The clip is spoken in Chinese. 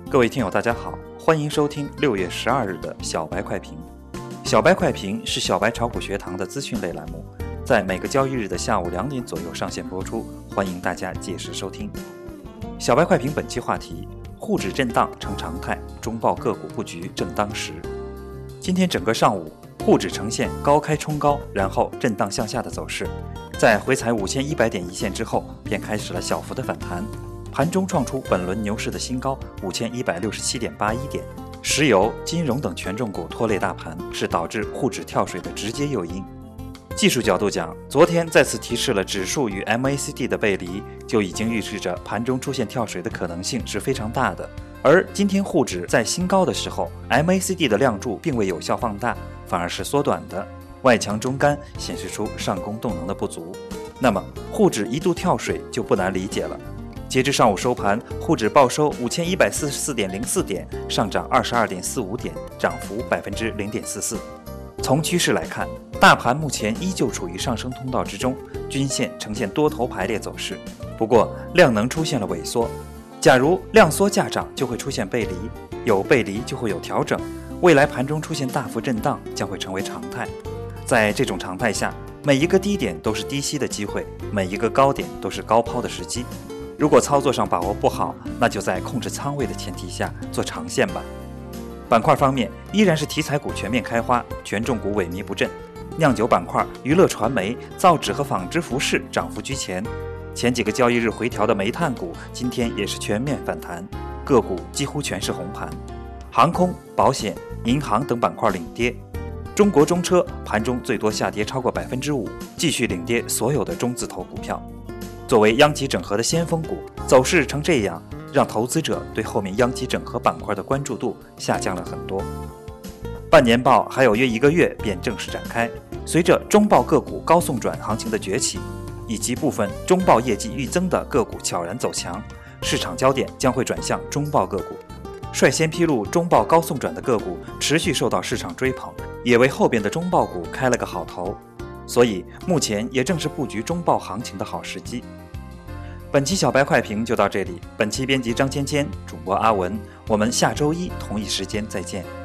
各位听友大家好，欢迎收听6月12日的小白快评。小白快评是小白炒股学堂的资讯类栏目，在每个交易日的下午2点左右上线播出，欢迎大家届时收听。小白快评本期话题：沪指震荡成常态，中报个股布局正当时。今天整个上午，沪指呈现高开冲高，然后震荡向下的走势，在回踩5100点一线之后，便开始了小幅的反弹。盘中创出本轮牛市的新高5167.81点，石油、金融等权重股拖累大盘，是导致沪指跳水的直接诱因。技术角度讲，昨天再次提示了指数与 MACD 的背离，就已经预示着盘中出现跳水的可能性是非常大的。而今天沪指在新高的时候 ，MACD 的量柱并未有效放大，反而是缩短的，外强中干，显示出上攻动能的不足。那么沪指一度跳水就不难理解了。截至上午收盘，沪指报收5144.04点，上涨22.45点，涨幅0.44%。从趋势来看，大盘目前依旧处于上升通道之中，均线呈现多头排列走势。不过，量能出现了萎缩。假如量缩价涨，就会出现背离，有背离就会有调整。未来盘中出现大幅震荡，将会成为常态。在这种常态下，每一个低点都是低吸的机会，每一个高点都是高抛的时机。如果操作上把握不好，那就在控制仓位的前提下做长线吧。板块方面，依然是题材股全面开花，权重股萎靡不振。酿酒板块、娱乐传媒、造纸和纺织服饰涨幅居前。前几个交易日回调的煤炭股，今天也是全面反弹，个股几乎全是红盘。航空、保险、银行等板块领跌。中国中车盘中最多下跌超过5%，继续领跌所有的中字头股票。作为央企整合的先锋股，走势成这样，让投资者对后面央企整合板块的关注度下降了很多。半年报还有约1个月便正式展开，随着中报个股高送转行情的崛起，以及部分中报业绩预增的个股悄然走强，市场焦点将会转向中报个股。率先披露中报高送转的个股持续受到市场追捧，也为后边的中报股开了个好头。所以目前也正是布局中报行情的好时机。本期小白快评就到这里，本期编辑张芊芊，主播阿文，我们下周一同一时间再见。